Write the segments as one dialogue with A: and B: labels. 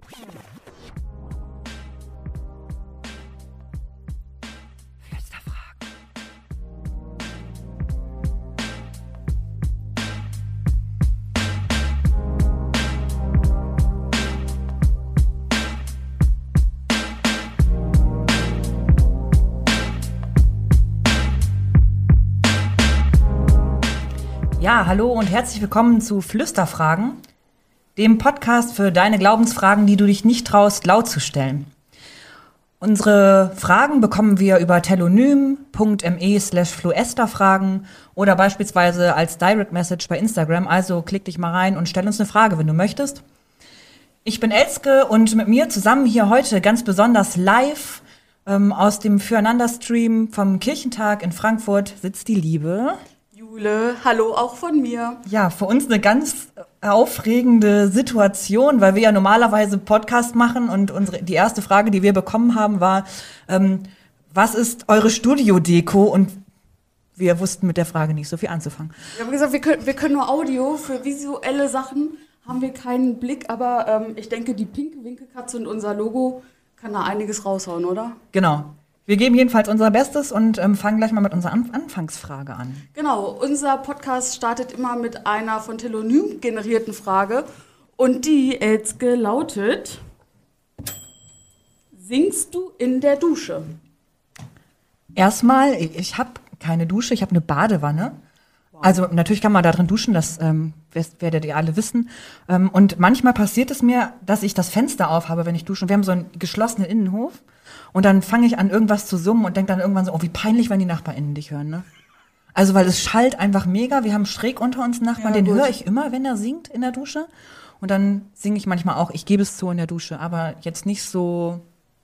A: Ja, hallo und herzlich willkommen zu Flüsterfragen, dem Podcast für deine Glaubensfragen, die du dich nicht traust, laut zu stellen. Unsere Fragen bekommen wir über telonym.me/fluesterfragen oder beispielsweise als Direct Message bei Instagram. Also klick dich mal rein und stell uns eine Frage, wenn du möchtest. Ich bin Elske und mit mir zusammen hier heute ganz besonders live aus dem Füreinander-Stream vom Kirchentag in Frankfurt sitzt die liebe
B: Jule, hallo auch von mir.
A: Ja, für uns eine ganz aufregende Situation, weil wir ja normalerweise Podcast machen und die erste Frage, die wir bekommen haben, war, was ist eure Studio-Deko? Und wir wussten mit der Frage nicht so viel anzufangen.
B: Wir haben gesagt, wir können nur Audio, für visuelle Sachen haben wir keinen Blick, aber ich denke, die pinke Winkelkatze und unser Logo kann da einiges raushauen, oder?
A: Genau. Wir geben jedenfalls unser Bestes und fangen gleich mal mit unserer Anfangsfrage an.
B: Genau, unser Podcast startet immer mit einer von Telonym generierten Frage. Und die, Elske, lautet: Singst du in der Dusche?
A: Erstmal, ich habe keine Dusche, ich habe eine Badewanne. Wow. Also natürlich kann man da drin duschen, das werdet ihr alle wissen. Und manchmal passiert es mir, dass ich das Fenster aufhabe, wenn ich dusche. Und wir haben so einen geschlossenen Innenhof. Und dann fange ich an, irgendwas zu summen und denke dann irgendwann so, oh, wie peinlich, wenn die NachbarInnen dich hören, ne? Also, weil es schallt einfach mega. Wir haben schräg unter uns einen Nachbarn, ja, den höre ich immer, wenn er singt in der Dusche. Und dann singe ich manchmal auch, ich gebe es zu in der Dusche, aber jetzt nicht so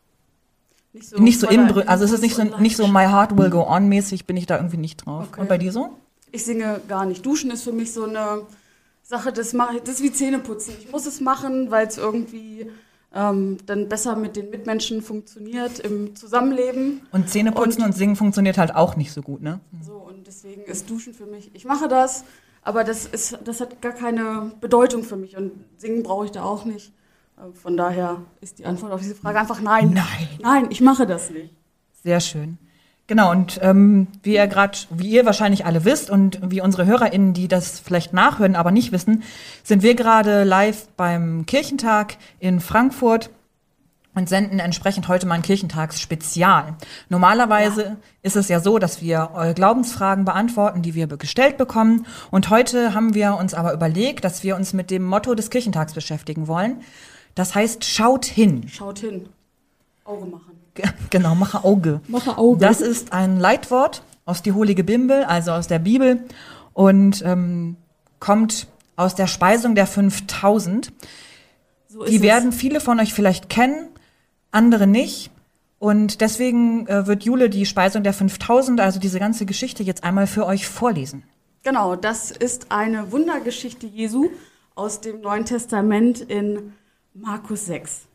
A: inbrünstig. Also, es ist nicht so My Heart Will Go On mäßig, bin ich da irgendwie nicht drauf.
B: Okay.
A: Und bei dir so?
B: Ich singe gar nicht. Duschen ist für mich so eine Sache, das ist wie Zähneputzen. Ich muss es machen, weil es irgendwie dann besser mit den Mitmenschen funktioniert im Zusammenleben.
A: Und Zähneputzen und Singen funktioniert halt auch nicht so gut, ne?
B: So, und deswegen ist Duschen für mich, ich mache das, aber das hat gar keine Bedeutung für mich und Singen brauche ich da auch nicht. Von daher ist die Antwort auf diese Frage einfach nein. Nein, ich mache das nicht.
A: Sehr schön. Genau, und wie ihr wahrscheinlich alle wisst und wie unsere HörerInnen, die das vielleicht nachhören, aber nicht wissen, sind wir gerade live beim Kirchentag in Frankfurt und senden entsprechend heute mal ein Kirchentagsspezial. Normalerweise ist es ja so, dass wir eure Glaubensfragen beantworten, die wir gestellt bekommen. Und heute haben wir uns aber überlegt, dass wir uns mit dem Motto des Kirchentags beschäftigen wollen. Das heißt, schaut hin.
B: Schaut hin. Auge machen.
A: Genau, mache Auge.
B: Mache Auge.
A: Das ist ein Leitwort aus die Heilige Bibel, also aus der Bibel, und kommt aus der Speisung der 5000. So die werden viele von euch vielleicht kennen, andere nicht. Und deswegen wird Jule die Speisung der 5000, also diese ganze Geschichte, jetzt einmal für euch vorlesen.
B: Genau, das ist eine Wundergeschichte Jesu aus dem Neuen Testament in Markus 6.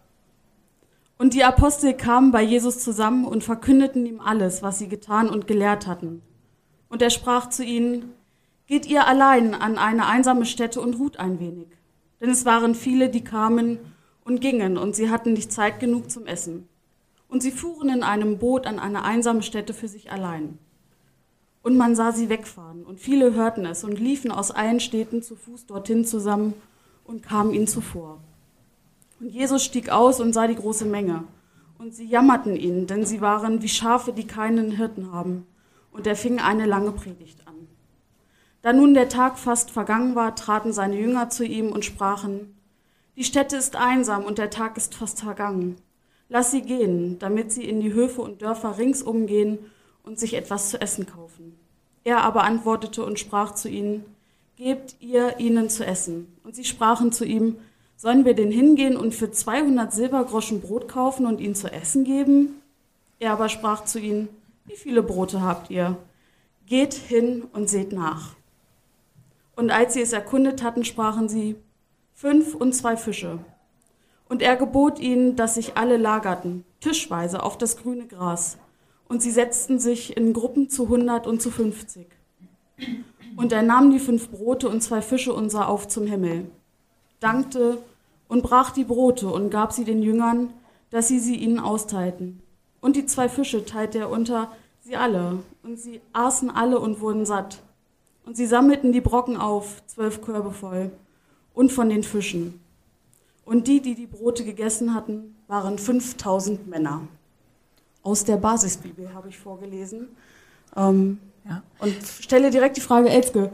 B: Und die Apostel kamen bei Jesus zusammen und verkündeten ihm alles, was sie getan und gelehrt hatten. Und er sprach zu ihnen: Geht ihr allein an eine einsame Stätte und ruht ein wenig. Denn es waren viele, die kamen und gingen, und sie hatten nicht Zeit genug zum Essen. Und sie fuhren in einem Boot an eine einsame Stätte für sich allein. Und man sah sie wegfahren, und viele hörten es und liefen aus allen Städten zu Fuß dorthin zusammen und kamen ihnen zuvor. Und Jesus stieg aus und sah die große Menge. Und sie jammerten ihn, denn sie waren wie Schafe, die keinen Hirten haben. Und er fing eine lange Predigt an. Da nun der Tag fast vergangen war, traten seine Jünger zu ihm und sprachen: Die Stätte ist einsam und der Tag ist fast vergangen. Lass sie gehen, damit sie in die Höfe und Dörfer ringsum gehen und sich etwas zu essen kaufen. Er aber antwortete und sprach zu ihnen: Gebt ihr ihnen zu essen. Und sie sprachen zu ihm: Sollen wir denn hingehen und für 200 Silbergroschen Brot kaufen und ihnen zu essen geben? Er aber sprach zu ihnen: Wie viele Brote habt ihr? Geht hin und seht nach. Und als sie es erkundet hatten, sprachen sie: 5 und 2 Fische. Und er gebot ihnen, dass sich alle lagerten, tischweise auf das grüne Gras. Und sie setzten sich in Gruppen zu 100 und zu 50. Und er nahm die 5 Brote und 2 Fische und sah auf zum Himmel, dankte und brach die Brote und gab sie den Jüngern, dass sie ihnen austeilten. Und die 2 Fische teilte er unter sie alle, und sie aßen alle und wurden satt. Und sie sammelten die Brocken auf, 12 Körbe voll, und von den Fischen. Und die Brote gegessen hatten, waren 5000 Männer. Aus der Basisbibel habe ich vorgelesen. Und stelle direkt die Frage, Elske,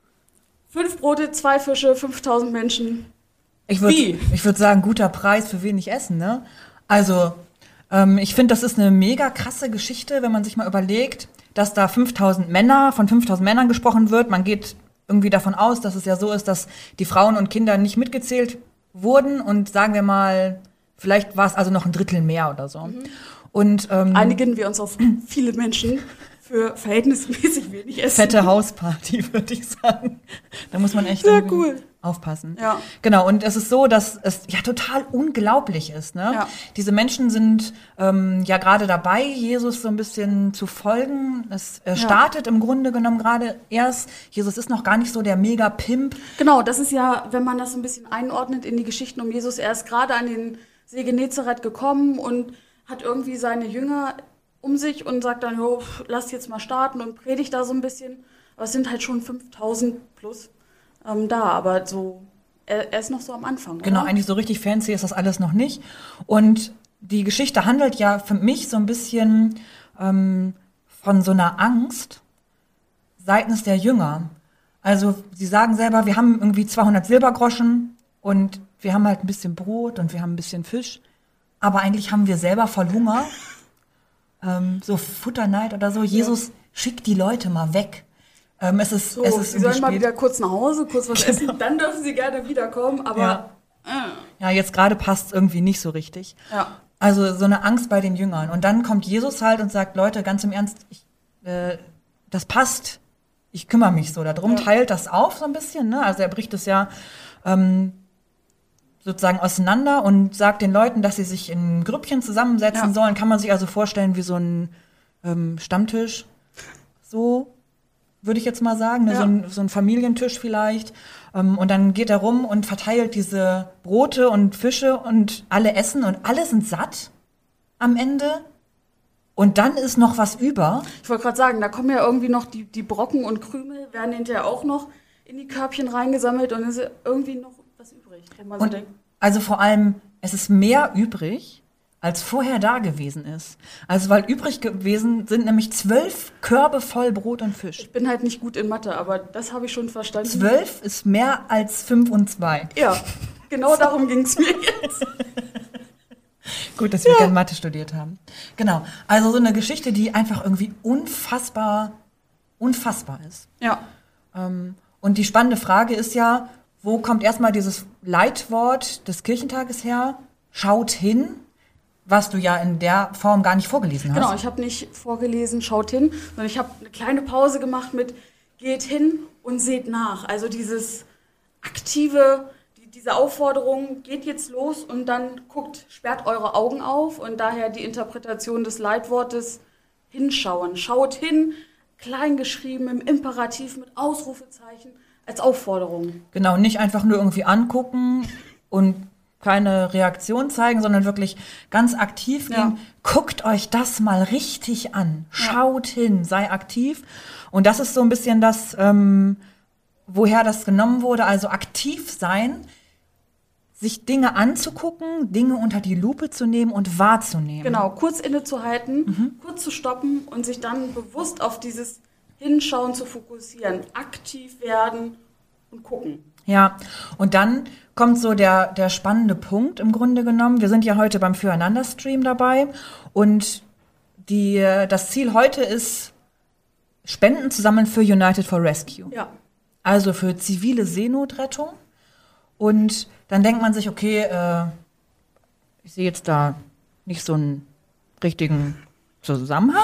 B: 5 Brote, 2 Fische, 5000 Menschen.
A: Ich würde sagen, guter Preis für wenig Essen, ne? Also, ich finde, das ist eine mega krasse Geschichte, wenn man sich mal überlegt, dass da von 5000 Männern gesprochen wird. Man geht irgendwie davon aus, dass es ja so ist, dass die Frauen und Kinder nicht mitgezählt wurden und sagen wir mal, vielleicht war es also noch ein Drittel mehr oder so. Und
B: einigen wir uns auf viele Menschen für verhältnismäßig wenig Essen.
A: Fette Hausparty, würde ich sagen. Da muss man echt aufpassen.
B: Ja.
A: Genau, und es ist so, dass es ja total unglaublich ist. Ne?
B: Ja.
A: Diese Menschen sind ja gerade dabei, Jesus so ein bisschen zu folgen. Es startet im Grunde genommen gerade erst. Jesus ist noch gar nicht so der Mega-Pimp.
B: Genau, das ist ja, wenn man das so ein bisschen einordnet in die Geschichten um Jesus, er ist gerade an den See Genezareth gekommen und hat irgendwie seine Jünger um sich und sagt dann, jo, lass jetzt mal starten und predigt da so ein bisschen. Aber es sind halt schon 5000 plus da, aber so, er ist noch so am Anfang.
A: Genau,
B: oder?
A: eigentlich so richtig fancy ist das alles noch nicht. Und die Geschichte handelt ja für mich so ein bisschen von so einer Angst seitens der Jünger. Also sie sagen selber, wir haben irgendwie 200 Silbergroschen und wir haben halt ein bisschen Brot und wir haben ein bisschen Fisch. Aber eigentlich haben wir selber voll Hunger. So Futterneid oder so. Jesus, schickt die Leute mal weg. Es ist
B: sie sollen mal wieder kurz nach Hause, kurz was essen, dann dürfen sie gerne wiederkommen, aber...
A: Ja, jetzt gerade passt es irgendwie nicht so richtig.
B: Ja.
A: Also so eine Angst bei den Jüngern. Und dann kommt Jesus halt und sagt, Leute, ganz im Ernst, das passt. Ich kümmere mich so darum, teilt das auf so ein bisschen. Ne? Also er bricht es ja sozusagen auseinander und sagt den Leuten, dass sie sich in Grüppchen zusammensetzen sollen. Kann man sich also vorstellen wie so ein Stammtisch. So würde ich jetzt mal sagen, ne? So ein Familientisch vielleicht. Und dann geht er rum und verteilt diese Brote und Fische und alle essen und alle sind satt am Ende. Und dann ist noch was über.
B: Ich wollte gerade sagen, da kommen ja irgendwie noch die Brocken und Krümel, werden hinterher auch noch in die Körbchen reingesammelt und es ist irgendwie noch was übrig. Wo man so denkt.
A: Also vor allem, es ist mehr übrig, als vorher da gewesen ist. Also weil übrig gewesen sind nämlich 12 Körbe voll Brot und Fisch.
B: Ich bin halt nicht gut in Mathe, aber das habe ich schon verstanden.
A: 12 ist mehr als 5 und 2.
B: Ja, genau darum ging es mir jetzt.
A: Gut, dass wir gerne Mathe studiert haben. Genau, also so eine Geschichte, die einfach irgendwie unfassbar ist.
B: Ja.
A: Und die spannende Frage ist ja, wo kommt erstmal dieses Leitwort des Kirchentages her? Schaut hin. Was du ja in der Form gar nicht vorgelesen hast.
B: Genau, ich habe nicht vorgelesen, schaut hin, sondern ich habe eine kleine Pause gemacht mit geht hin und seht nach. Also dieses aktive, diese Aufforderung, geht jetzt los und dann guckt, sperrt eure Augen auf und daher die Interpretation des Leitwortes hinschauen. Schaut hin, klein geschrieben, im Imperativ mit Ausrufezeichen als Aufforderung.
A: Genau, nicht einfach nur irgendwie angucken und keine Reaktion zeigen, sondern wirklich ganz aktiv gehen. Guckt euch das mal richtig an. Schaut hin, sei aktiv. Und das ist so ein bisschen das, woher das genommen wurde. Also aktiv sein, sich Dinge anzugucken, Dinge unter die Lupe zu nehmen und wahrzunehmen.
B: Genau, kurz innezuhalten, kurz zu stoppen und sich dann bewusst auf dieses Hinschauen zu fokussieren. Aktiv werden und gucken.
A: Ja, und dann kommt so der spannende Punkt im Grunde genommen. Wir sind ja heute beim Füreinander-Stream dabei und das Ziel heute ist, Spenden zu sammeln für United for Rescue.
B: Ja.
A: Also für zivile Seenotrettung. Und dann denkt man sich, okay, ich sehe jetzt da nicht so einen richtigen Zusammenhang.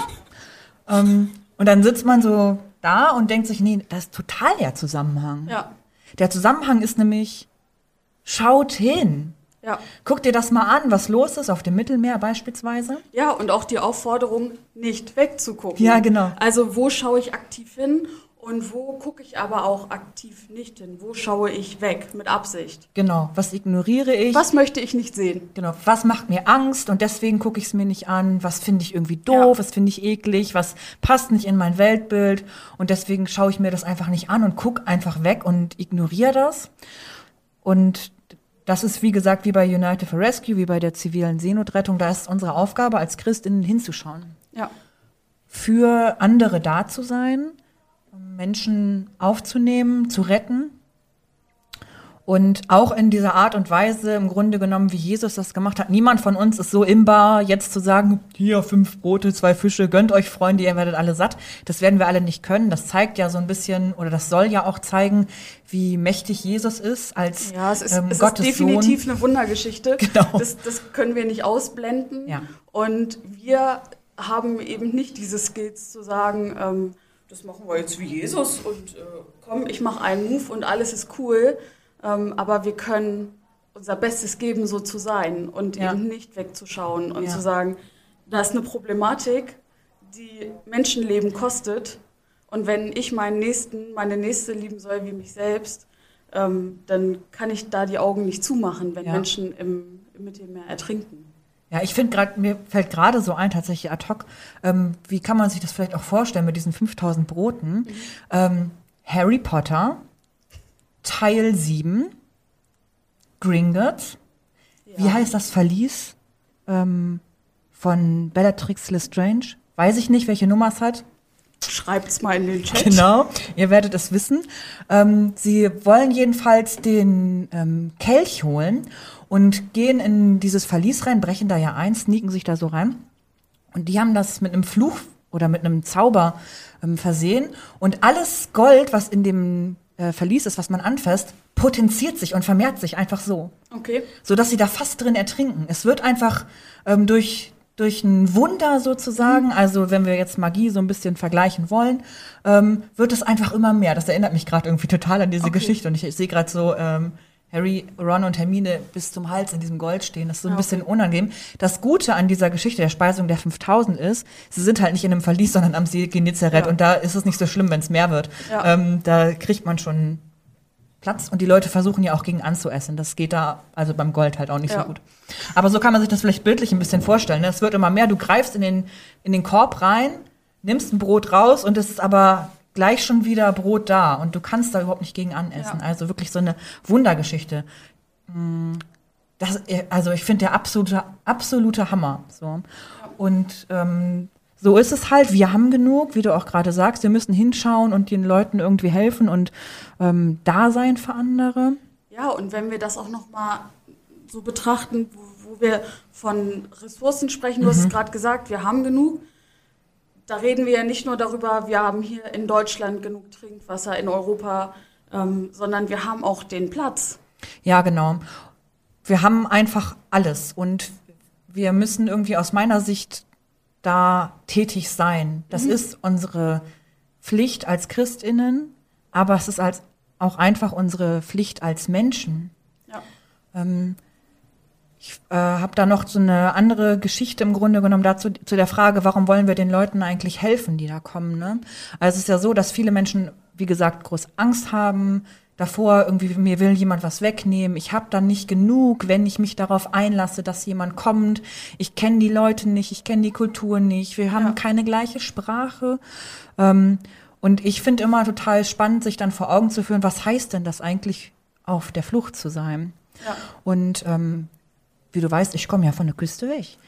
A: Und dann sitzt man so da und denkt sich, nee, das ist total der Zusammenhang.
B: Ja.
A: Der Zusammenhang ist nämlich, schaut hin.
B: Ja.
A: Guck dir das mal an, was los ist auf dem Mittelmeer beispielsweise.
B: Ja, und auch die Aufforderung, nicht wegzugucken.
A: Ja, genau.
B: Also wo schaue ich aktiv hin Und wo gucke ich aber auch aktiv nicht hin? Wo schaue ich weg mit Absicht?
A: Genau, was ignoriere ich?
B: Was möchte ich nicht sehen?
A: Genau, was macht mir Angst und deswegen gucke ich es mir nicht an? Was finde ich irgendwie doof? Was finde ich eklig? Was passt nicht in mein Weltbild? Und deswegen schaue ich mir das einfach nicht an und gucke einfach weg und ignoriere das. Und das ist, wie gesagt, wie bei United for Rescue, wie bei der zivilen Seenotrettung. Da ist unsere Aufgabe als Christinnen hinzuschauen.
B: Ja.
A: Für andere da zu sein, Menschen aufzunehmen, zu retten. Und auch in dieser Art und Weise, im Grunde genommen, wie Jesus das gemacht hat. Niemand von uns ist so imbar, jetzt zu sagen, hier 5 Brote, 2 Fische, gönnt euch, Freunde, ihr werdet alle satt. Das werden wir alle nicht können. Das zeigt ja so ein bisschen, oder das soll ja auch zeigen, wie mächtig Jesus ist als
B: es ist
A: Gottes
B: definitiv
A: Sohn.
B: Eine Wundergeschichte.
A: Genau.
B: Das können wir nicht ausblenden.
A: Ja.
B: Und wir haben eben nicht diese Skills zu sagen, das machen wir jetzt wie Jesus und komm, ich mache einen Move und alles ist cool. Aber wir können unser Bestes geben, so zu sein und eben nicht wegzuschauen und zu sagen, da ist eine Problematik, die Menschenleben kostet. Und wenn ich meine Nächste lieben soll wie mich selbst, dann kann ich da die Augen nicht zumachen, wenn Menschen im Mittelmeer ertrinken.
A: Ja, ich finde gerade, mir fällt gerade so ein, tatsächlich ad hoc, wie kann man sich das vielleicht auch vorstellen mit diesen 5000 Broten? Harry Potter, Teil 7, Gringotts, wie heißt das Verlies von Bellatrix Lestrange? Weiß ich nicht, welche Nummer es hat.
B: Schreibt's mal in den Chat.
A: Genau, ihr werdet es wissen. Sie wollen jedenfalls den Kelch holen und gehen in dieses Verlies rein, brechen da ja ein, sneaken sich da so rein. Und die haben das mit einem Fluch oder mit einem Zauber versehen. Und alles Gold, was in dem Verlies ist, was man anfasst, potenziert sich und vermehrt sich einfach so.
B: Okay.
A: Sodass sie da fast drin ertrinken. Es wird einfach durch ein Wunder sozusagen, also wenn wir jetzt Magie so ein bisschen vergleichen wollen, wird es einfach immer mehr. Das erinnert mich gerade irgendwie total an diese Geschichte. Und ich sehe gerade so Harry, Ron und Hermine bis zum Hals in diesem Gold stehen. Das ist so ein bisschen unangenehm. Das Gute an dieser Geschichte der Speisung der 5000 ist, sie sind halt nicht in einem Verlies, sondern am See Genezareth. Und da ist es nicht so schlimm, wenn es mehr wird. Ja. Da kriegt man schon Platz und die Leute versuchen ja auch gegen anzuessen. Das geht da also beim Gold halt auch nicht so gut. Aber so kann man sich das vielleicht bildlich ein bisschen vorstellen. Es wird immer mehr, du greifst in den Korb rein, nimmst ein Brot raus und es ist aber gleich schon wieder Brot da und du kannst da überhaupt nicht gegen anessen. Ja. Also wirklich so eine Wundergeschichte. Also ich finde der absolute Hammer. So. Ja. Und so ist es halt, wir haben genug, wie du auch gerade sagst, wir müssen hinschauen und den Leuten irgendwie helfen und da sein für andere.
B: Ja, und wenn wir das auch noch mal so betrachten, wo wir von Ressourcen sprechen, du hast es gerade gesagt, wir haben genug. Da reden wir ja nicht nur darüber, wir haben hier in Deutschland genug Trinkwasser, in Europa, sondern wir haben auch den Platz.
A: Ja, genau. Wir haben einfach alles und wir müssen irgendwie aus meiner Sicht da tätig sein. Das ist unsere Pflicht als ChristInnen, aber es ist auch einfach unsere Pflicht als Menschen. Ja. Ich habe da noch so eine andere Geschichte im Grunde genommen dazu, zu der Frage, warum wollen wir den Leuten eigentlich helfen, die da kommen, ne? Also es ist ja so, dass viele Menschen, wie gesagt, groß Angst haben davor, irgendwie mir will jemand was wegnehmen. Ich habe dann nicht genug, wenn ich mich darauf einlasse, dass jemand kommt. Ich kenne die Leute nicht, ich kenne die Kultur nicht. Wir haben keine gleiche Sprache. Und ich finde immer total spannend, sich dann vor Augen zu führen, was heißt denn das eigentlich, auf der Flucht zu sein? Ja. Und wie du weißt, ich komme ja von der Küste weg.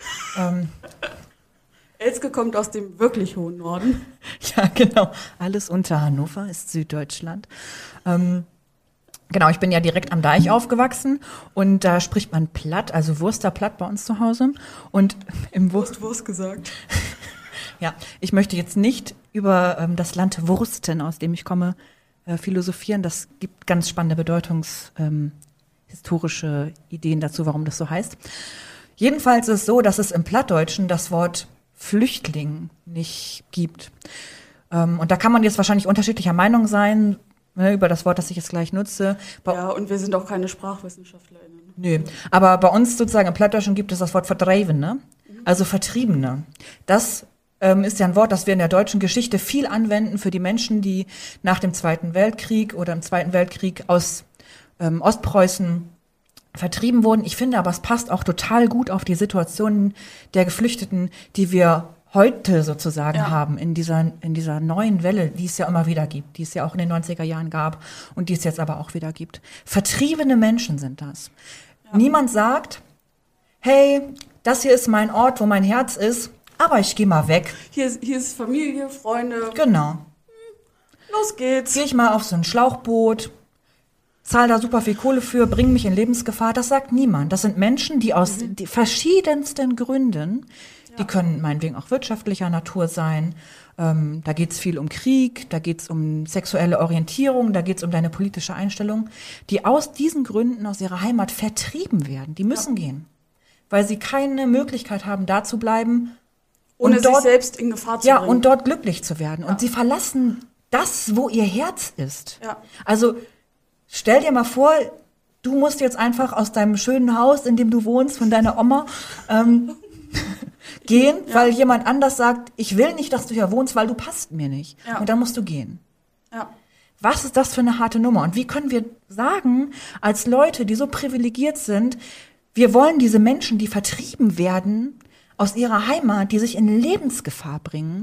B: Elske kommt aus dem wirklich hohen Norden.
A: Ja, genau. Alles unter Hannover ist Süddeutschland. Genau, ich bin ja direkt am Deich aufgewachsen und da spricht man Platt, also Wursterplatt bei uns zu Hause. Und im
B: Wurst gesagt.
A: Ja, ich möchte jetzt nicht über das Land Wursten, aus dem ich komme, philosophieren. Das gibt ganz spannende historische Ideen dazu, warum das so heißt. Jedenfalls ist es so, dass es im Plattdeutschen das Wort Flüchtling nicht gibt. Und da kann man jetzt wahrscheinlich unterschiedlicher Meinung sein, ne, über das Wort, das ich jetzt gleich nutze.
B: Ja, und wir sind auch keine SprachwissenschaftlerInnen.
A: Nö, aber bei uns sozusagen im Plattdeutschen gibt es das Wort Verdreivene, also Vertriebene. Das ist ja ein Wort, das wir in der deutschen Geschichte viel anwenden für die Menschen, die nach dem Zweiten Weltkrieg oder im Zweiten Weltkrieg aus Ostpreußen vertrieben wurden. Ich finde aber, es passt auch total gut auf die Situation der Geflüchteten, die wir heute sozusagen haben, in dieser neuen Welle, die es ja immer wieder gibt, die es ja auch in den 90er Jahren gab und die es jetzt aber auch wieder gibt. Vertriebene Menschen sind das. Ja. Niemand sagt, hey, das hier ist mein Ort, wo mein Herz ist, aber ich gehe mal weg.
B: Hier ist Familie, Freunde.
A: Genau.
B: Los geht's.
A: Gehe ich mal auf so ein Schlauchboot, zahl da super viel Kohle für, bring mich in Lebensgefahr. Das sagt niemand. Das sind Menschen, die aus die verschiedensten Gründen, die können meinetwegen auch wirtschaftlicher Natur sein, da geht's viel um Krieg, da geht's um sexuelle Orientierung, da geht's um deine politische Einstellung, die aus diesen Gründen aus ihrer Heimat vertrieben werden. Die müssen gehen, weil sie keine Möglichkeit haben, da zu bleiben,
B: ohne sich selbst in Gefahr zu bringen.
A: Ja, und dort glücklich zu werden. Ja. Und sie verlassen das, wo ihr Herz ist. Ja. Also stell dir mal vor, du musst jetzt einfach aus deinem schönen Haus, in dem du wohnst, von deiner Oma, gehen, weil jemand anders sagt, ich will nicht, dass du hier wohnst, weil du passt mir nicht. Ja. Und dann musst du gehen. Ja. Was ist das für eine harte Nummer? Und wie können wir sagen, als Leute, die so privilegiert sind, wir wollen diese Menschen, die vertrieben werden aus ihrer Heimat, die sich in Lebensgefahr bringen,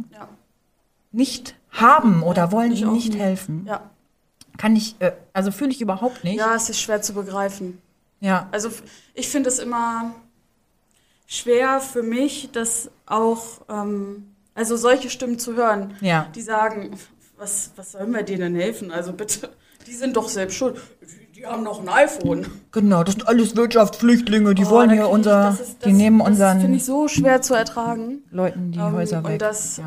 A: nicht haben oder wollen ihnen nicht helfen. Ja. Kann ich, also fühle ich überhaupt nicht.
B: Ja, es ist schwer zu begreifen. Ja. Also ich finde es immer schwer für mich, das auch, also solche Stimmen zu hören, die sagen, was sollen wir denen helfen? Also bitte, die sind doch selbst schuld. Die haben noch ein iPhone.
A: Genau, das sind alles Wirtschaftsflüchtlinge, die wollen hier die nehmen unseren...
B: Das finde ich so schwer zu ertragen.
A: Leuten die Häuser weg.
B: Und das,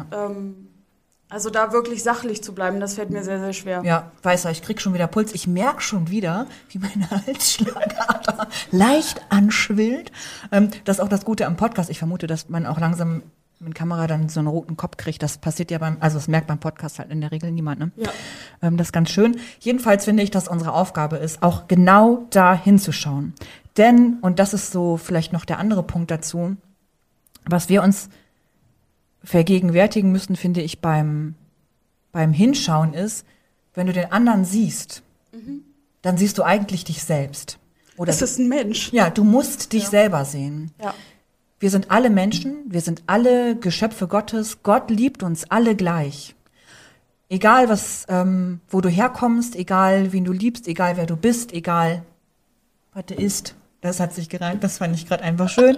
B: also da wirklich sachlich zu bleiben, das fällt mir sehr, sehr schwer.
A: Ja, Weißer, ich krieg schon wieder Puls. Ich merke schon wieder, wie meine Halsschlagader leicht anschwillt. Das ist auch das Gute am Podcast. Ich vermute, dass man auch langsam mit Kamera dann so einen roten Kopf kriegt. Das passiert ja das merkt beim Podcast halt in der Regel niemand, ne? Ja. Das ist ganz schön. Jedenfalls finde ich, dass unsere Aufgabe ist, auch genau da hinzuschauen. Denn, und das ist so vielleicht noch der andere Punkt dazu, was wir uns vergegenwärtigen müssen, finde ich, beim Hinschauen ist, wenn du den anderen siehst, dann siehst du eigentlich dich selbst. Oder
B: es ist ein Mensch.
A: Ja, du musst dich selber sehen. Ja. Wir sind alle Menschen, wir sind alle Geschöpfe Gottes. Gott liebt uns alle gleich. Egal wo du herkommst, egal wen du liebst, egal wer du bist, egal was du isst. Das hat sich gereimt, das fand ich gerade einfach schön.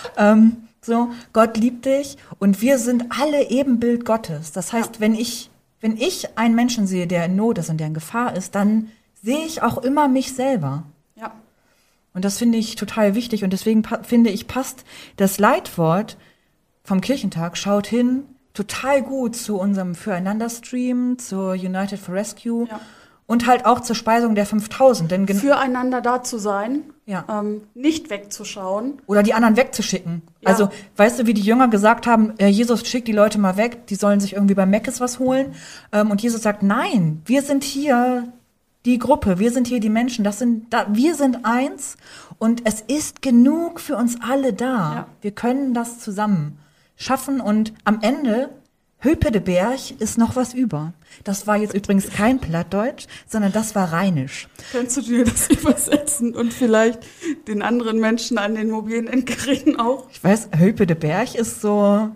A: So, Gott liebt dich und wir sind alle Ebenbild Gottes. Das heißt, wenn ich einen Menschen sehe, der in Not ist und der in Gefahr ist, dann sehe ich auch immer mich selber. Ja. Und das finde ich total wichtig und deswegen finde ich, passt das Leitwort vom Kirchentag, schaut hin, total gut zu unserem Füreinander-Stream, zur United for Rescue und halt auch zur Speisung der 5000. Denn
B: füreinander da zu sein, nicht wegzuschauen.
A: Oder die anderen wegzuschicken. Ja. Also, weißt du, wie die Jünger gesagt haben, Jesus schickt die Leute mal weg, die sollen sich irgendwie bei Meckes was holen. Und Jesus sagt, nein, wir sind hier die Gruppe, wir sind hier die Menschen, wir sind eins und es ist genug für uns alle da. Ja. Wir können das zusammen schaffen und am Ende, Höpe de Berg, ist noch was über. Das war jetzt übrigens kein Plattdeutsch, sondern das war Rheinisch.
B: Kannst du dir das übersetzen und vielleicht den anderen Menschen an den mobilen Endgeräten auch?
A: Ich weiß, Höpe de Berg ist so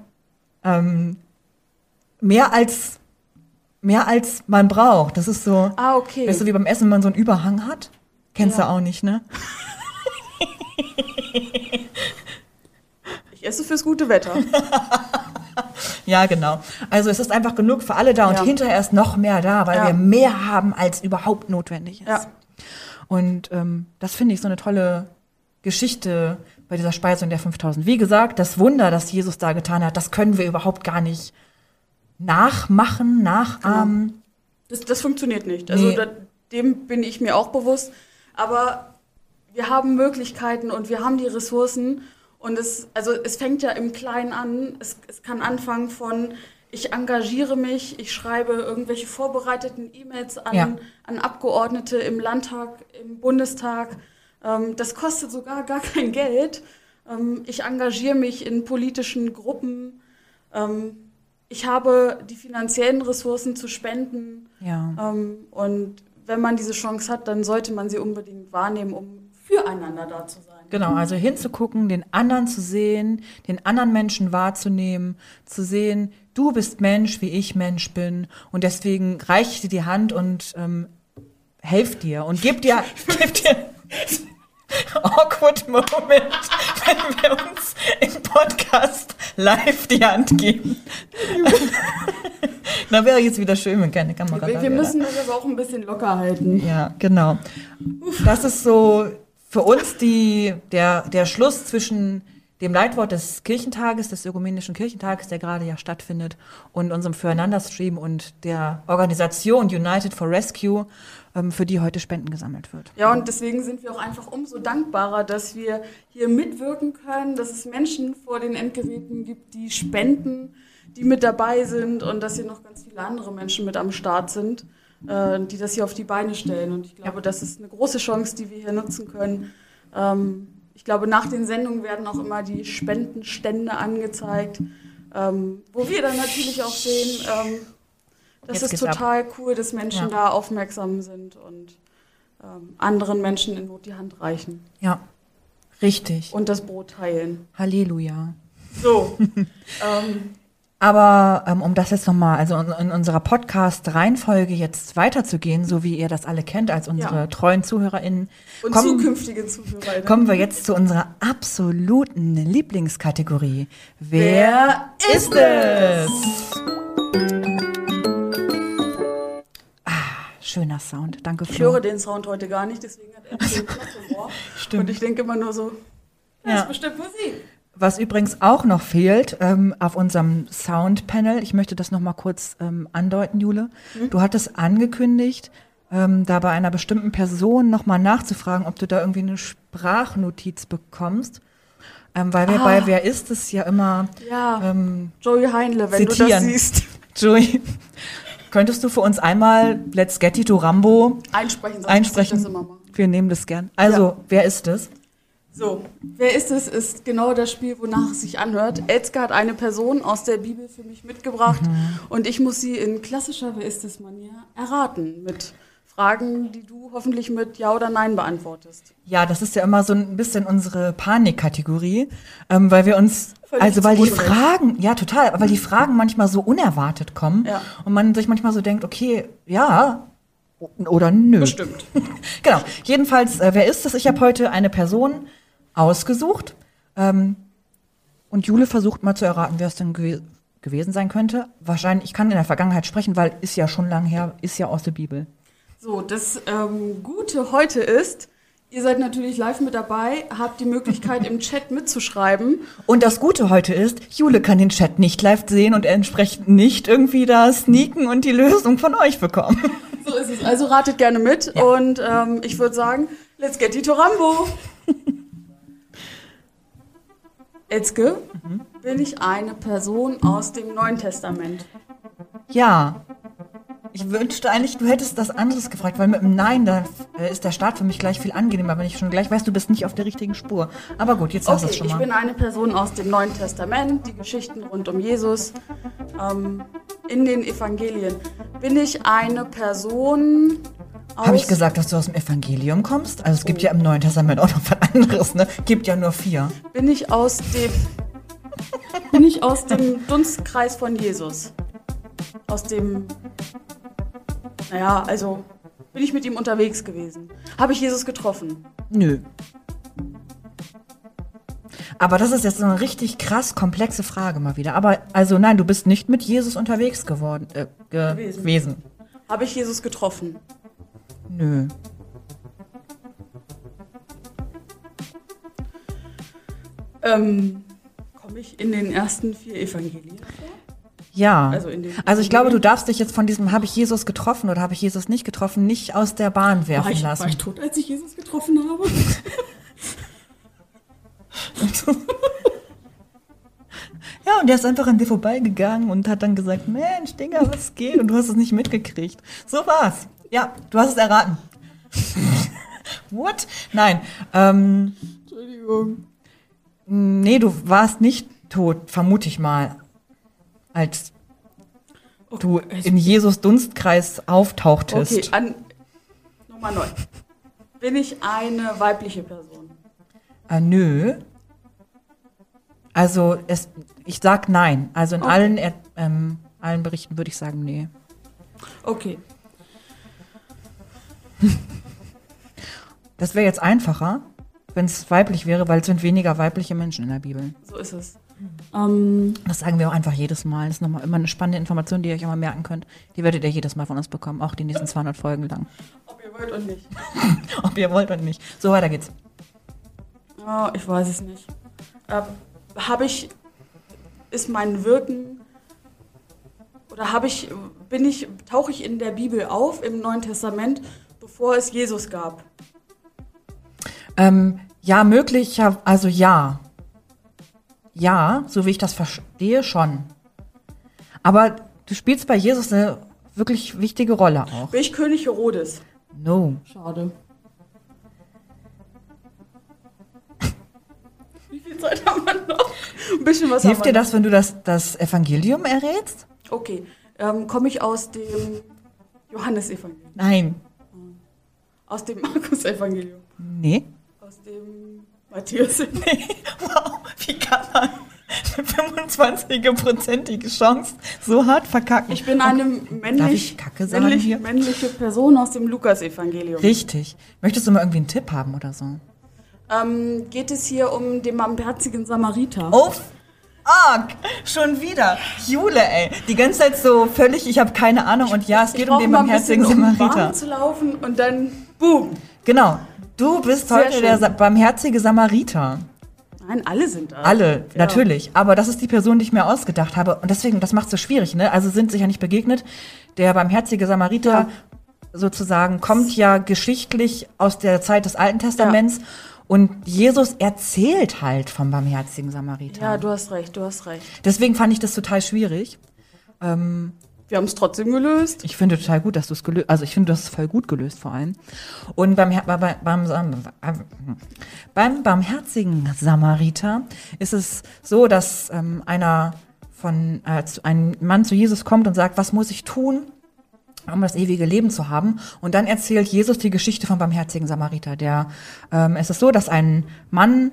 A: mehr als man braucht. Das ist so,
B: okay.
A: Weißt du, wie beim Essen, wenn man so einen Überhang hat? Kennst du auch nicht, ne?
B: Ich esse fürs gute Wetter.
A: Ja, genau. Also es ist einfach genug für alle da und hinterher ist noch mehr da, weil wir mehr haben, als überhaupt notwendig ist. Ja. Und das finde ich so eine tolle Geschichte bei dieser Speisung der 5000. Wie gesagt, das Wunder, das Jesus da getan hat, das können wir überhaupt gar nicht nachahmen.
B: Genau. Das funktioniert nicht. Also dem bin ich mir auch bewusst. Aber wir haben Möglichkeiten und wir haben die Ressourcen. Und es fängt ja im Kleinen an. Es kann anfangen von, ich engagiere mich, ich schreibe irgendwelche vorbereiteten E-Mails an Abgeordnete im Landtag, im Bundestag. Das kostet sogar gar kein Geld. Ich engagiere mich in politischen Gruppen. ich habe die finanziellen Ressourcen zu spenden.
A: Ja.
B: Und wenn man diese Chance hat, dann sollte man sie unbedingt wahrnehmen, um füreinander da zu sein.
A: Genau, also hinzugucken, den anderen zu sehen, den anderen Menschen wahrzunehmen, zu sehen, du bist Mensch, wie ich Mensch bin. Und deswegen reiche ich dir die Hand und helf dir und gib dir awkward Moment, wenn wir uns im Podcast live die Hand geben. Na, wäre jetzt wieder schön, wenn keine Kamera da wäre.
B: Wir müssen das aber auch ein bisschen locker halten.
A: Ja, genau. Das ist so für uns der Schluss zwischen dem Leitwort des Kirchentages, des Ökumenischen Kirchentages, der gerade ja stattfindet, und unserem Füreinander-Stream und der Organisation United for Rescue, für die heute Spenden gesammelt wird.
B: Ja, und deswegen sind wir auch einfach umso dankbarer, dass wir hier mitwirken können, dass es Menschen vor den Endgeräten gibt, die spenden, die mit dabei sind und dass hier noch ganz viele andere Menschen mit am Start sind, die das hier auf die Beine stellen. Und ich glaube, das ist eine große Chance, die wir hier nutzen können. Ich glaube, nach den Sendungen werden auch immer die Spendenstände angezeigt, wo wir dann natürlich auch sehen, das ist total cool, dass Menschen da aufmerksam sind und anderen Menschen in Not die Hand reichen.
A: Ja, richtig.
B: Und das Brot teilen.
A: Halleluja.
B: So.
A: Aber um das jetzt nochmal, also in unserer Podcast-Reihenfolge jetzt weiterzugehen, so wie ihr das alle kennt als unsere treuen ZuhörerInnen.
B: Und zukünftige ZuhörerInnen.
A: Kommen wir jetzt zu unserer absoluten Lieblingskategorie. Wer ist es? Schöner Sound, danke Flo.
B: Ich höre den Sound heute gar nicht, deswegen hat er den Platz im Ohr.
A: Stimmt.
B: Und ich denke immer nur so, das ist bestimmt Musik.
A: Was übrigens auch noch fehlt auf unserem Soundpanel, ich möchte das nochmal kurz andeuten, Jule. Du hattest angekündigt, da bei einer bestimmten Person nochmal nachzufragen, ob du da irgendwie eine Sprachnotiz bekommst. Weil wir bei Wer ist es ja immer
B: Joey Heinle, wenn
A: zitieren.
B: Du das siehst.
A: Joey, könntest du für uns einmal Let's Get It to Rambo einsprechen?
B: Das immer machen.
A: Wir nehmen das gern. Also, Wer ist es?
B: So, Wer ist es, ist genau das Spiel, wonach es sich anhört. Elske hat eine Person aus der Bibel für mich mitgebracht und ich muss sie in klassischer Wer ist es-Manier erraten mit Fragen, die du hoffentlich mit Ja oder Nein beantwortest.
A: Ja, das ist ja immer so ein bisschen unsere Panikkategorie, weil wir uns, weil die Fragen, ja total, weil die Fragen manchmal so unerwartet kommen und man sich manchmal so denkt, okay, ja oder nö.
B: Bestimmt.
A: Genau, jedenfalls, wer ist es? Ich habe heute eine Person ausgesucht und Jule versucht mal zu erraten, wer es denn gewesen sein könnte. Wahrscheinlich, ich kann in der Vergangenheit sprechen, weil ist ja schon lang her, ist ja aus der Bibel.
B: So, das Gute heute ist, ihr seid natürlich live mit dabei, habt die Möglichkeit im Chat mitzuschreiben.
A: Und das Gute heute ist, Jule kann den Chat nicht live sehen und entsprechend nicht irgendwie da sneaken und die Lösung von euch bekommen.
B: So ist es. Also ratet gerne mit und ich würde sagen, let's get it to Rambo. Elske, bin ich eine Person aus dem Neuen Testament?
A: Ja. Ich wünschte eigentlich, du hättest das anderes gefragt, weil mit dem Nein, da ist der Start für mich gleich viel angenehmer, wenn ich schon gleich weiß, du bist nicht auf der richtigen Spur. Aber gut, jetzt hast du es schon mal.
B: Ich bin eine Person aus dem Neuen Testament, die Geschichten rund um Jesus, in den Evangelien. Bin ich eine Person aus...
A: Habe ich gesagt, dass du aus dem Evangelium kommst? Also es gibt ja im Neuen Testament auch noch was anderes, ne? Gibt ja nur 4.
B: Bin ich aus dem Dunstkreis von Jesus? Aus dem... Naja, also bin ich mit ihm unterwegs gewesen? Habe ich Jesus getroffen?
A: Nö. Aber das ist jetzt so eine richtig krass komplexe Frage mal wieder. Aber also nein, du bist nicht mit Jesus unterwegs gewesen.
B: Habe ich Jesus getroffen?
A: Nö.
B: Komme ich in den ersten 4 Evangelien vor?
A: Ja, also ich glaube, du darfst dich jetzt von diesem habe ich Jesus getroffen oder habe ich Jesus nicht getroffen, nicht aus der Bahn werfen lassen.
B: War ich tot, als ich Jesus getroffen habe?
A: Ja, und der ist einfach an dir vorbeigegangen und hat dann gesagt, Mensch, Digga, was geht? Und du hast es nicht mitgekriegt. So war's. Ja, du hast es erraten. What? Nein.
B: Entschuldigung.
A: Nee, du warst nicht tot, vermute ich mal. Als du in Jesus Dunstkreis auftauchtest.
B: Okay, Nummer 9. Bin ich eine weibliche Person?
A: Nö. Also ich sag nein. Also in allen Berichten würde ich sagen nee.
B: Okay.
A: Das wäre jetzt einfacher, wenn es weiblich wäre, weil es sind weniger weibliche Menschen in der Bibel.
B: So ist es.
A: Das sagen wir auch einfach jedes Mal. Das ist nochmal immer eine spannende Information, die ihr euch immer merken könnt. Die werdet ihr jedes Mal von uns bekommen, auch die nächsten 200 Folgen lang.
B: Ob ihr wollt und nicht.
A: Ob ihr wollt und nicht. So, weiter geht's.
B: Oh, ich weiß es nicht. Ist mein Wirken oder tauche ich in der Bibel auf, im Neuen Testament, bevor es Jesus gab?
A: Ja, möglich, also ja. Ja, so wie ich das verstehe, schon. Aber du spielst bei Jesus eine wirklich wichtige Rolle auch.
B: Bin ich König Herodes?
A: No.
B: Schade. Wie viel Zeit haben wir noch? Ein bisschen was.
A: Hilft dir das, wenn du das Evangelium errätst?
B: Okay. Komme ich aus dem Johannesevangelium?
A: Nein.
B: Aus dem Markus-Evangelium?
A: Nee.
B: Aus dem Matthäus?
A: Nee. Wow, wie kann man eine 25-prozentige Chance so hart verkacken?
B: Ich bin eine männliche Person aus dem Lukas-Evangelium.
A: Richtig. Möchtest du mal irgendwie einen Tipp haben oder so?
B: Geht es hier um den barmherzigen Samariter?
A: Oh, schon wieder. Jule, ey. Die ganze Zeit so völlig, ich habe keine Ahnung. Und ja, es geht um den barmherzigen Samariter.
B: Um zu laufen und dann boom.
A: Genau. Du bist
B: Sehr
A: heute
B: schön.
A: der barmherzige Samariter.
B: Nein, alle sind da.
A: Alle, ja. Natürlich. Aber das ist die Person, die ich mir ausgedacht habe. Und deswegen, das macht es so schwierig, ne? Also sind sich ja nicht begegnet. Der barmherzige Samariter sozusagen kommt ja geschichtlich aus der Zeit des Alten Testaments. Ja. Und Jesus erzählt halt vom barmherzigen Samariter.
B: Ja, du hast recht.
A: Deswegen fand ich das total schwierig.
B: Wir haben es trotzdem gelöst.
A: Ich finde total gut, dass du es gelöst hast. Also ich finde, du hast es voll gut gelöst vor allem. Und beim barmherzigen Samariter ist es so, dass ein Mann zu Jesus kommt und sagt, was muss ich tun, um das ewige Leben zu haben? Und dann erzählt Jesus die Geschichte vom barmherzigen Samariter. Es ist so, dass ein Mann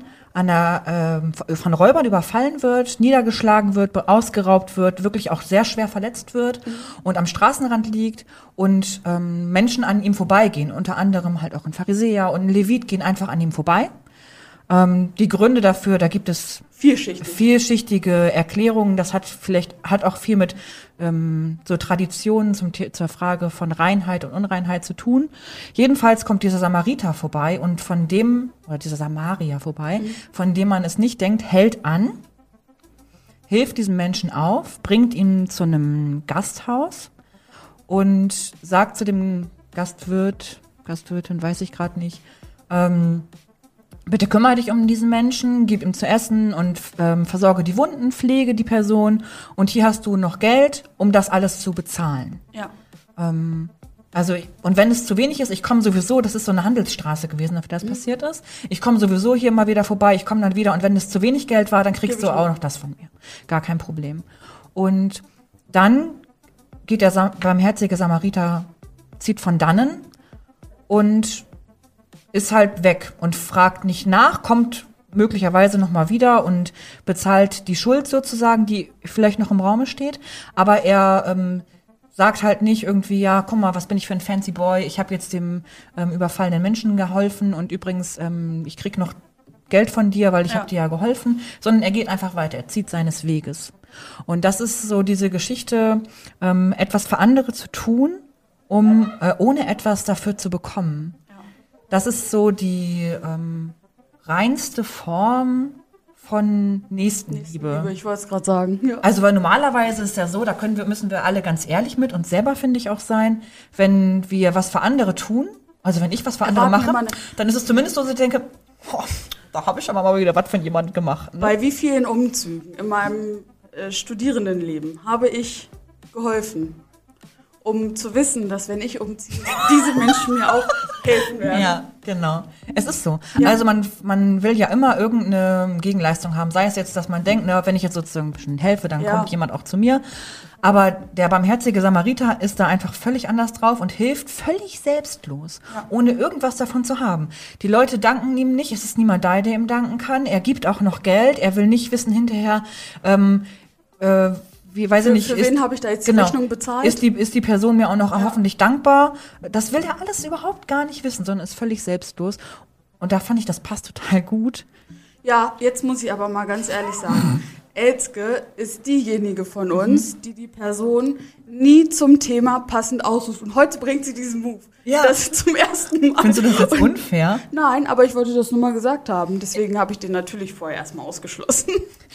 A: von Räubern überfallen wird, niedergeschlagen wird, ausgeraubt wird, wirklich auch sehr schwer verletzt wird und am Straßenrand liegt und Menschen an ihm vorbeigehen. Unter anderem halt auch ein Pharisäer und ein Levit gehen einfach an ihm vorbei. Die Gründe dafür, da gibt es vielschichtige Erklärungen. Das hat auch viel mit so Traditionen zur Frage von Reinheit und Unreinheit zu tun. Jedenfalls kommt dieser Samariter vorbei und dieser Samarier vorbei, von dem man es nicht denkt, hält an, hilft diesem Menschen auf, bringt ihn zu einem Gasthaus und sagt zu dem Gastwirtin, weiß ich gerade nicht, bitte kümmere dich um diesen Menschen, gib ihm zu essen und versorge die Wunden, pflege die Person. Und hier hast du noch Geld, um das alles zu bezahlen.
B: Ja.
A: Und wenn es zu wenig ist, ich komme sowieso, das ist so eine Handelsstraße gewesen, auf der das passiert ist. Ich komme sowieso hier mal wieder vorbei, ich komme dann wieder. Und wenn es zu wenig Geld war, dann kriegst du auch noch das von mir. Gar kein Problem. Und dann geht der barmherzige Samariter, zieht von dannen und ist halt weg und fragt nicht nach, kommt möglicherweise nochmal wieder und bezahlt die Schuld sozusagen, die vielleicht noch im Raume steht. Aber er sagt halt nicht irgendwie, ja, guck mal, was bin ich für ein fancy Boy, ich habe jetzt dem überfallenen Menschen geholfen und übrigens, ich krieg noch Geld von dir, weil ich habe dir ja geholfen, sondern er geht einfach weiter, er zieht seines Weges. Und das ist so diese Geschichte, etwas für andere zu tun, um ohne etwas dafür zu bekommen. Das ist so die reinste Form von Nächstenliebe.
B: Ich wollte es gerade sagen. Ja.
A: Also weil normalerweise ist ja so, da müssen wir alle ganz ehrlich mit uns selber, finde ich, auch sein, wenn wir was für andere tun. Also wenn ich was für andere mache, dann ist es zumindest so, dass ich denke, da habe ich schon mal wieder was von jemandem gemacht. Ne?
B: Bei wie vielen Umzügen in meinem Studierendenleben habe ich geholfen? um zu wissen, dass wenn ich umziehe, diese Menschen mir auch helfen werden.
A: Ja, genau. Es ist so. Ja. Also man will ja immer irgendeine Gegenleistung haben. Sei es jetzt, dass man denkt, wenn ich jetzt sozusagen ein bisschen helfe, dann kommt jemand auch zu mir. Aber der barmherzige Samariter ist da einfach völlig anders drauf und hilft völlig selbstlos, ohne irgendwas davon zu haben. Die Leute danken ihm nicht, es ist niemand da, der ihm danken kann. Er gibt auch noch Geld, er will nicht wissen hinterher, für wen habe ich da jetzt die Rechnung bezahlt? Ist die Person mir auch noch hoffentlich dankbar? Das will er alles überhaupt gar nicht wissen, sondern ist völlig selbstlos. Und da fand ich, das passt total gut.
B: Ja, jetzt muss ich aber mal ganz ehrlich sagen, Elske ist diejenige von uns, die Person nie zum Thema passend aussucht. Und heute bringt sie diesen Move. Ja. Das ist zum ersten Mal.
A: Findest du das jetzt unfair?
B: Nein, aber ich wollte das nur mal gesagt haben. Deswegen habe ich den natürlich vorher erstmal ausgeschlossen.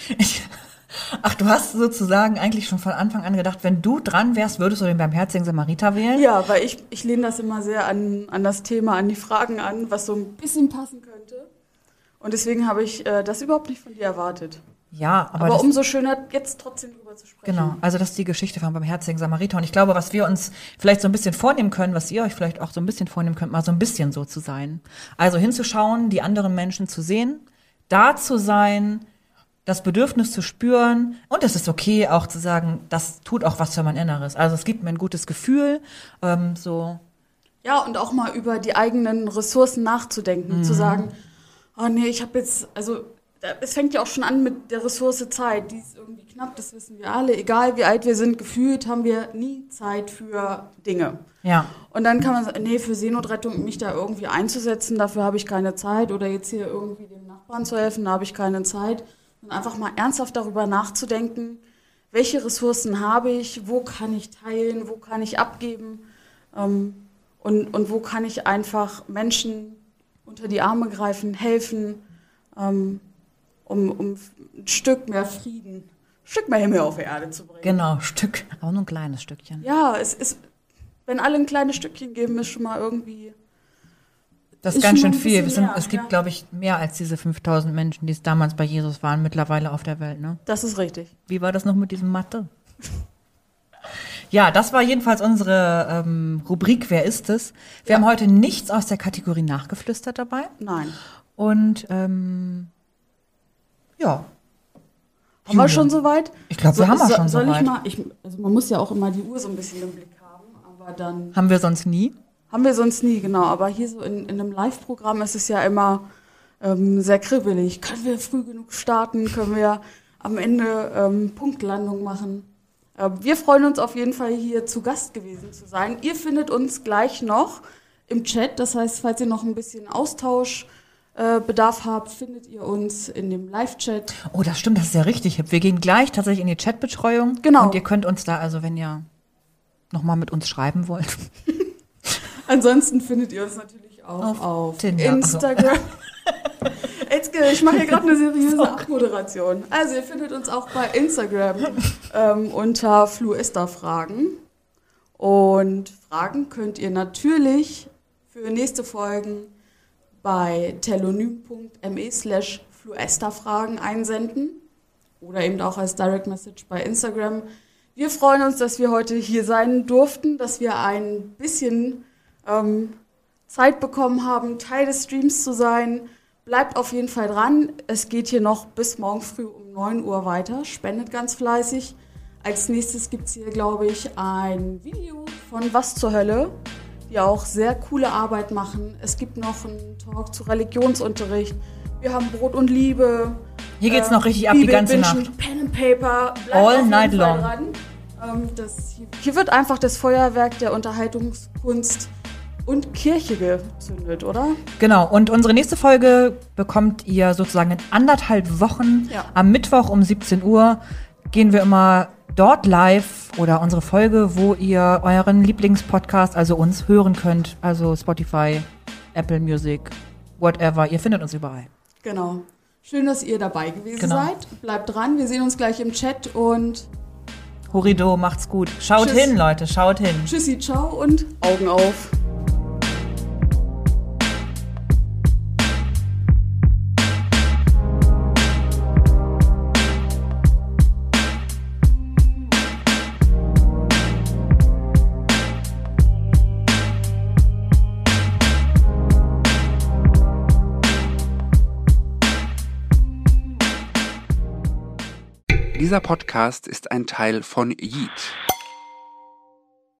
A: Ach, du hast sozusagen eigentlich schon von Anfang an gedacht, wenn du dran wärst, würdest du den barmherzigen Samariter wählen?
B: Ja, weil ich lehne das immer sehr an das Thema, an die Fragen an, was so ein bisschen passen könnte. Und deswegen habe ich das überhaupt nicht von dir erwartet.
A: Ja,
B: aber umso schöner, jetzt trotzdem drüber zu sprechen.
A: Genau, also das ist die Geschichte vom barmherzigen Samariter. Und ich glaube, was wir uns vielleicht so ein bisschen vornehmen können, was ihr euch vielleicht auch so ein bisschen vornehmen könnt, mal so ein bisschen so zu sein. Also hinzuschauen, die anderen Menschen zu sehen, da zu sein, das Bedürfnis zu spüren. Und es ist okay, auch zu sagen, das tut auch was für mein Inneres. Also es gibt mir ein gutes Gefühl, so.
B: Ja, und auch mal über die eigenen Ressourcen nachzudenken, zu sagen, oh nee, ich habe jetzt, also es fängt ja auch schon an mit der Ressource Zeit, die ist irgendwie knapp, das wissen wir alle. Egal wie alt wir sind, gefühlt haben wir nie Zeit für Dinge.
A: Ja.
B: Und dann kann man sagen, nee, für Seenotrettung mich da irgendwie einzusetzen, dafür habe ich keine Zeit. Oder jetzt hier irgendwie dem Nachbarn zu helfen, da habe ich keine Zeit. Und einfach mal ernsthaft darüber nachzudenken, welche Ressourcen habe ich, wo kann ich teilen, wo kann ich abgeben und wo kann ich einfach Menschen unter die Arme greifen, helfen, um ein Stück mehr Frieden, ein Stück mehr Himmel auf die Erde zu bringen.
A: Genau, Stück, auch nur ein kleines Stückchen.
B: Ja, es ist, wenn alle ein kleines Stückchen geben, ist schon mal irgendwie...
A: Das ist ganz schön viel. Es gibt, glaube ich, mehr als diese 5000 Menschen, die es damals bei Jesus waren, mittlerweile auf der Welt, ne?
B: Das ist richtig.
A: Wie war das noch mit diesem Mathe? Ja, das war jedenfalls unsere Rubrik Wer ist es? Wir haben heute nichts aus der Kategorie nachgeflüstert dabei.
B: Nein.
A: Und ja.
B: Haben wir schon soweit?
A: Ich glaube, wir haben auch schon
B: soweit.
A: Soll
B: ich mal, also man muss ja auch immer die Uhr so ein bisschen im Blick haben, aber dann...
A: Haben wir sonst nie,
B: genau. Aber hier so in einem Live-Programm ist es ja immer sehr kribbelig. Können wir früh genug starten? Können wir am Ende Punktlandung machen? Wir freuen uns auf jeden Fall, hier zu Gast gewesen zu sein. Ihr findet uns gleich noch im Chat. Das heißt, falls ihr noch ein bisschen Austauschbedarf habt, findet ihr uns in dem Live-Chat.
A: Oh, das stimmt, das ist ja richtig hip. Wir gehen gleich tatsächlich in die Chatbetreuung.
B: Genau.
A: Und ihr könnt uns da, also wenn ihr nochmal mit uns schreiben wollt.
B: Ansonsten findet ihr uns natürlich auch auf Instagram. Elske, ich mache hier gerade eine seriöse Abmoderation. Also ihr findet uns auch bei Instagram unter Fluesterfragen. Und Fragen könnt ihr natürlich für nächste Folgen bei telonym.me/fluesterfragen einsenden oder eben auch als Direct Message bei Instagram. Wir freuen uns, dass wir heute hier sein durften, dass wir ein bisschen Zeit bekommen haben, Teil des Streams zu sein. Bleibt auf jeden Fall dran. Es geht hier noch bis morgen früh um 9 Uhr weiter. Spendet ganz fleißig. Als nächstes gibt es hier, glaube ich, ein Video von Was zur Hölle, die auch sehr coole Arbeit machen. Es gibt noch einen Talk zu Religionsunterricht. Wir haben Brot und Liebe.
A: Hier geht's noch richtig ab, die ganze Nacht.
B: Pen and Paper. Bleibt
A: all night long.
B: Dran. Hier wird einfach das Feuerwerk der Unterhaltungskunst und Kirche gezündet, oder?
A: Genau, und unsere nächste Folge bekommt ihr sozusagen in 1,5 Wochen. Ja. Am Mittwoch um 17 Uhr gehen wir immer dort live oder unsere Folge, wo ihr euren Lieblingspodcast, also uns, hören könnt. Also Spotify, Apple Music, whatever. Ihr findet uns überall.
B: Genau. Schön, dass ihr dabei gewesen seid. Bleibt dran, wir sehen uns gleich im Chat und...
A: Horido, macht's gut. Schaut hin, Leute, schaut hin.
B: Tschüssi, ciao und Augen auf.
C: Dieser Podcast ist ein Teil von Yeet.